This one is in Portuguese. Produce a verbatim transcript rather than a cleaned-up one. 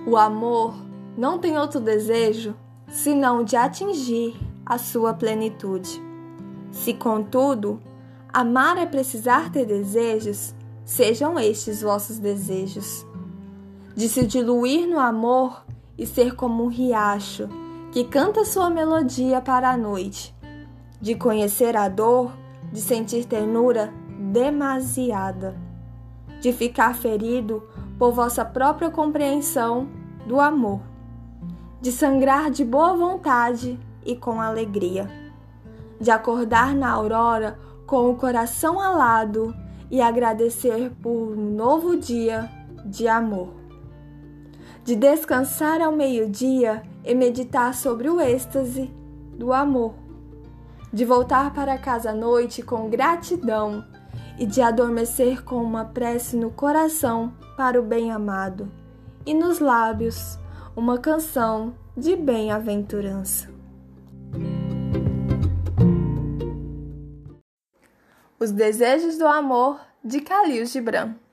O amor não tem outro desejo senão de atingir a sua plenitude. Se, contudo, amar é precisar ter desejos, sejam estes vossos desejos: de se diluir no amor e ser como um riacho que canta sua melodia para a noite, de conhecer a dor, de sentir ternura demasiada, de ficar ferido por vossa própria compreensão do amor, de sangrar de boa vontade e com alegria, de acordar na aurora com o coração alado e agradecer por um novo dia de amor, de descansar ao meio-dia e meditar sobre o êxtase do amor, de voltar para casa à noite com gratidão e de adormecer com uma prece no coração para o bem-amado e nos lábios uma canção de bem-aventurança. Os Desejos do Amor, de Khalil Gibran.